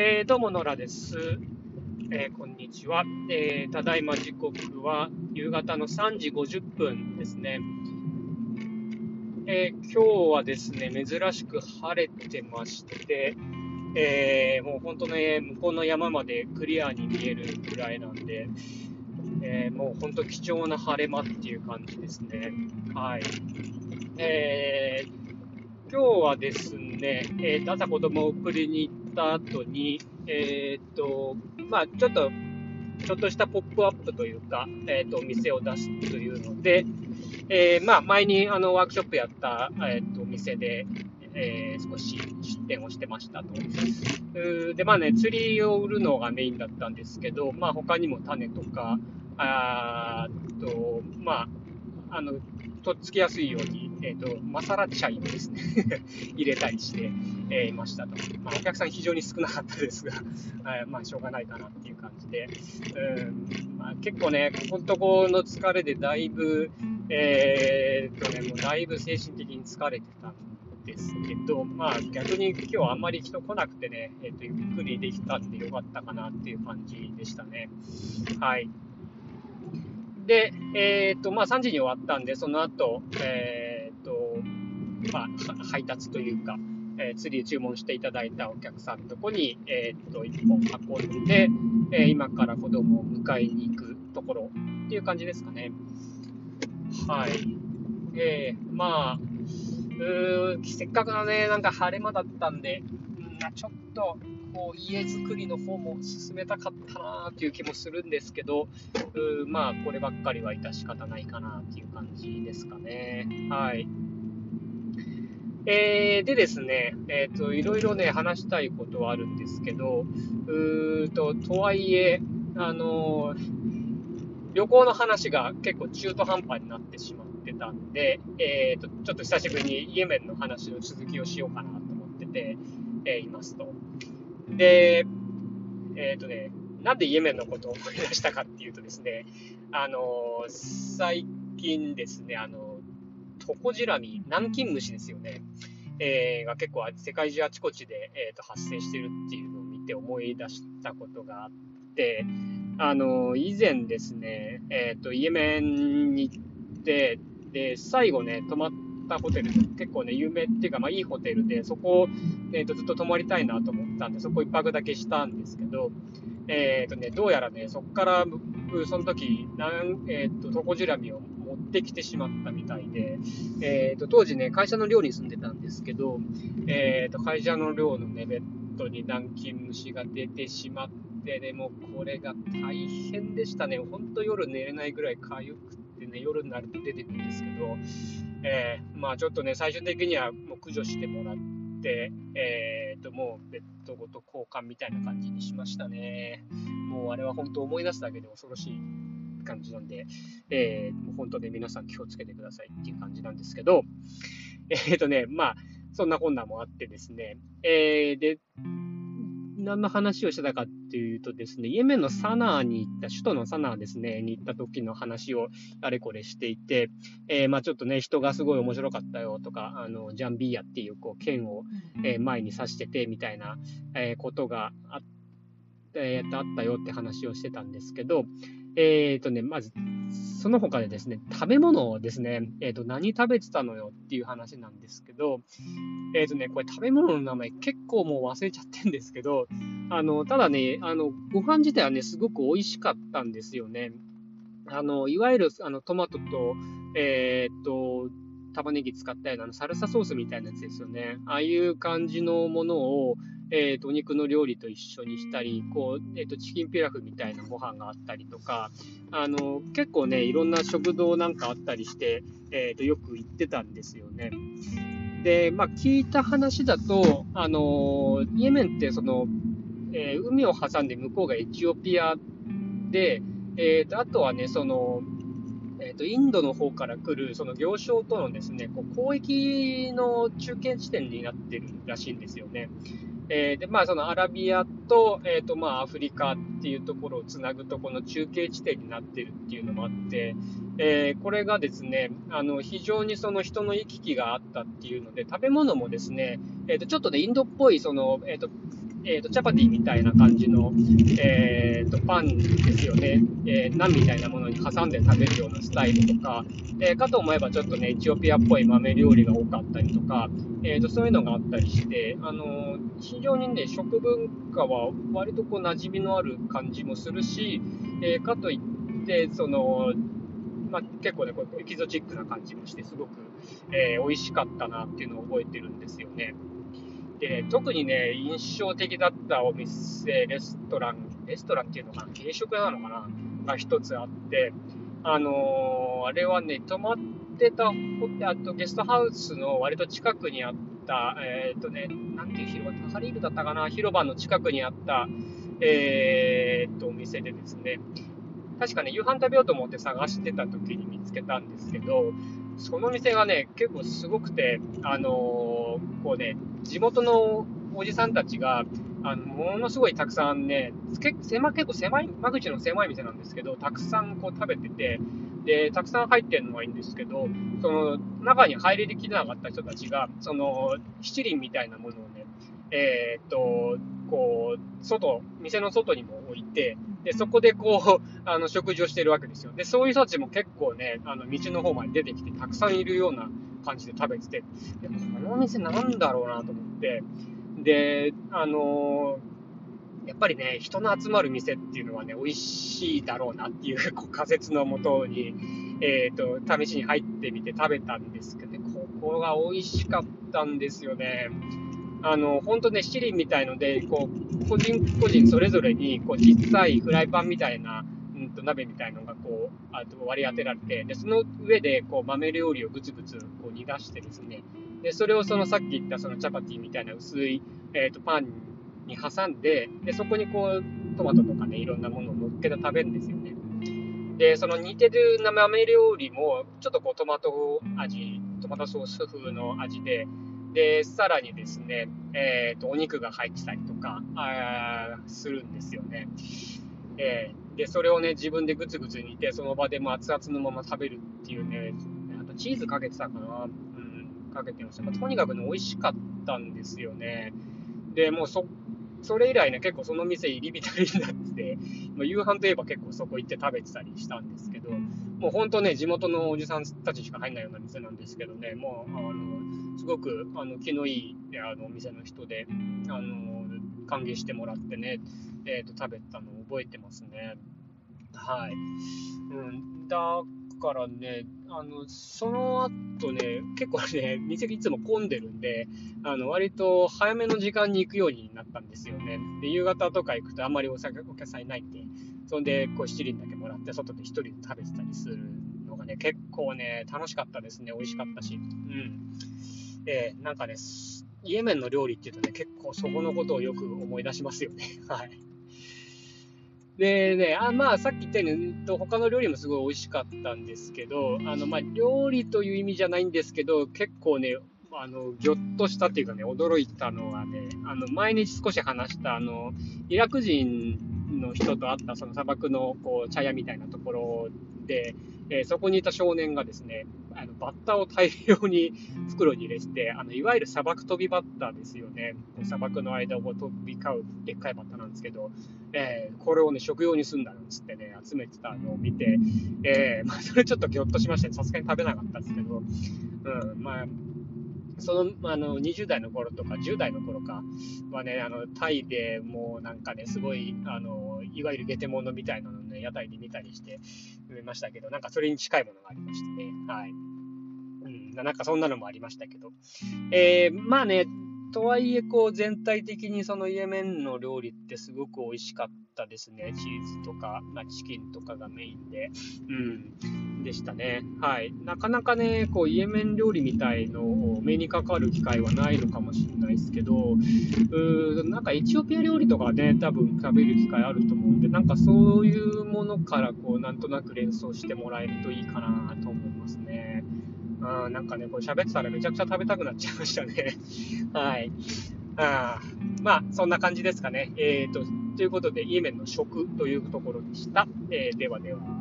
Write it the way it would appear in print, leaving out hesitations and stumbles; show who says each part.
Speaker 1: どうも、ノラです。こんにちは。ただいま時刻は夕方の3時50分ですね。今日はですね、珍しく晴れてまして、もう本当ね、向こうの山までクリアに見えるぐらいなんで、もう本当貴重な晴れ間っていう感じですね。はい。今日はですね、朝子供を送りに行った後に、ちょっとしたポップアップというか、お店を出すというので、前にワークショップやった、お店で、少し出店をしてましたと。で、釣りを売るのがメインだったんですけど、他にも種とか、あーと、とっつきやすいように、マサラチャイをですね入れたりして、いましたと。お客さん非常に少なかったですが、しょうがないかなっていう感じで、結構ね、ここのとこの疲れでだいぶ、もうだいぶ精神的に疲れてたんですけど、逆に今日はあんまり人来なくてね、ゆっくりできたんでよかったかなっていう感じでしたね。はい。で、3時に終わったんで、その後、配達というか、釣り注文していただいたお客さんのとこに、1本運んで、今から子供を迎えに行くところっていう感じですかね。はい。せっかくのね、なんか晴れ間だったんで、ちょっと、家作りの方も進めたかったなっていう気もするんですけど、こればっかりは致し方ないかなっていう感じですかね。はい。でですね、いろいろね、話したいことはあるんですけど、とはいえ、旅行の話が結構中途半端になってしまってたんで、ちょっと久しぶりにイエメンの話の続きをしようかなと思ってて、いますと。で、なんでイエメンのことを思い出したかっていうとですね、最近ですね、トコジラミ、南京虫ですよね、が結構世界中あちこちで、発生してるっていうのを見て思い出したことがあって、以前ですね、イエメンに行って、で、最後ね、泊まったホテル、結構ね、有名っていうか、いいホテルで、そこを、ずっと泊まりたいなと思ったんで、そこ一泊だけしたんですけど、どうやらね、そこから僕、その時、トコジラミを持ってきてしまったみたいで、当時ね、会社の寮に住んでたんですけど、会社の寮のね、ベッドに南京虫が出てしまって、ね、もうこれが大変でしたね。ほんと夜寝れないぐらい痒くてね、夜になると出てくるんですけど、ちょっとね、最終的にはもう駆除してもらって、もうベッドごと交換みたいな感じにしましたね。もうあれは本当思い出すだけで恐ろしい感じなんで、もう本当ね、皆さん気をつけてくださいっていう感じなんですけど、そんなこんなもあってですね、で、何の話をしてたかっていうとですね、イエメンのサナーに行った、首都のサナーですね、に行った時の話をあれこれしていて、ちょっとね、人がすごい面白かったよとか、ジャンビーヤっていう剣を、前に刺しててみたいな、ことがあったよって話をしてたんですけど、まず、その他でですね、食べ物をですね、何食べてたのよっていう話なんですけど、これ食べ物の名前結構もう忘れちゃってるんですけど、ただね、ご飯自体はね、すごく美味しかったんですよね。いわゆるトマトと、玉ねぎ使ったようなサルサソースみたいなやつですよね。ああいう感じのものを、お肉の料理と一緒にしたり、チキンピラフみたいなご飯があったりとか、結構ね、いろんな食堂なんかあったりして、よく行ってたんですよね。で、聞いた話だと、イエメンって海を挟んで向こうがエチオピアで、あとはね、インドの方から来るその行商とのですね、交易の中継地点になってるらしいんですよね。そのアラビアと、アフリカっていうところをつなぐとこの中継地点になってるっていうのもあって、これがですね、非常にその人の行き来があったっていうので、食べ物もですね、ちょっとね、インドっぽい、 チャパティみたいな感じの、パンですよね、ナンみたいなものに挟んで食べるようなスタイルとか、かと思えばちょっとね、エチオピアっぽい豆料理が多かったりとか、そういうのがあったりして、非常にね、食文化は割とこう馴染みのある感じもするし、かといって、結構ね、こうエキゾチックな感じもして、すごく、美味しかったなっていうのを覚えてるんですよね。で、特にね、印象的だったお店、レストランっていうのかな、軽食なのかな、が一つあって、あれはね、泊まってたゲストハウスの割と近くにあった、なんていう広場、タハリールだったかな、広場の近くにあった、お店でですね、確かね、夕飯食べようと思って探してた時に見つけたんですけど、その店がね、結構すごくて、こうね、地元のおじさんたちが、ものすごいたくさんね、結構狭い、間口の狭い店なんですけど、たくさんこう食べてて、で、たくさん入ってるのはいいんですけど、その中に入りきれなかった人たちが、その七輪みたいなものをね、こう、店の外にも置いて、で、そこでこう、食事をしているわけですよ。で、そういう人たちも結構ね、道の方まで出てきて、たくさんいるような感じで食べてて、でこのお店なんだろうなと思って、で、やっぱりね、人の集まる店っていうのはね、美味しいだろうなっていうこう仮説のもとに、試しに入ってみて食べたんですけどね、ここが美味しかったんですよね。本当ね、七輪みたいので、こう、個人個人それぞれに、こう、小さいフライパンみたいな、鍋みたいのが、こう、割り当てられて、で、その上で、こう、豆料理をぐつぐつ、こう、煮出してですね、で、それをさっき言った、そのチャパティみたいな薄い、パンに挟んで、で、そこにこう、トマトとかね、いろんなものを乗っけて食べるんですよね。で、その似てる豆料理も、ちょっとこう、トマトソース風の味で、さらにですね、お肉が入ってたりとか、するんですよね。で、それをね、自分でぐつぐつ煮て、その場でも熱々のまま食べるっていうね、あとチーズかけてたかな、かけてました。とにかくね、美味しかったんですよね。で、もうそれ以来ね、結構その店入り浸りになってて、夕飯といえば結構そこ行って食べてたりしたんですけど、もう本当ね、地元のおじさんたちしか入んないような店なんですけどね、もう、すごく気のいいお店の人で、歓迎してもらってね、食べたのを覚えてますね。はい。だからね、その後ね、結構ね、店いつも混んでるんで、割と早めの時間に行くようになったんですよね。で、夕方とか行くとあんまりお客さんいないんで、そんで、こう、七輪だけもらって、外で一人で食べてたりするのがね、結構ね、楽しかったですね。美味しかったし。なんかね、イエメンの料理っていうとね、結構そこのことをよく思い出しますよね。はい。でね、さっき言ったように、他の料理もすごい美味しかったんですけど、料理という意味じゃないんですけど、結構ね、ぎょっとしたっていうかね、驚いたのはね、前に少し話した、イラク人の人と会った、その砂漠のこう茶屋みたいなところで、そこにいた少年がですね、バッタを大量に袋に入れて、いわゆる砂漠飛びバッタですよね。砂漠の間を飛び交うでっかいバッタなんですけど、これをね、食用にすんだなんつってね、集めてたのを見て、それちょっとぎょっとしましたね。さすがに食べなかったんですけど、その、20代の頃とか10代の頃かはね、タイでもうなんかね、すごい、いわゆるゲテモノみたいなのね、屋台で見たりして見ましたけど、なんかそれに近いものがありましてね、はい。なんかそんなのもありましたけど。とはいえ、こう、全体的にそのイエメンの料理ってすごく美味しかったですね。チーズとか、チキンとかがメインで。でしたね。はい。なかなかね、こう、イエメン料理みたいのを目にかかる機会はないのかもしれないですけど、なんかエチオピア料理とかね、多分食べる機会あると思うんで、なんかそういうものから、こう、なんとなく連想してもらえるといいかなと思いますね。なんかね、これ喋ってたらめちゃくちゃ食べたくなっちゃいましたね。はい。そんな感じですかね。ということで、イエメンの食というところでした。ではでは。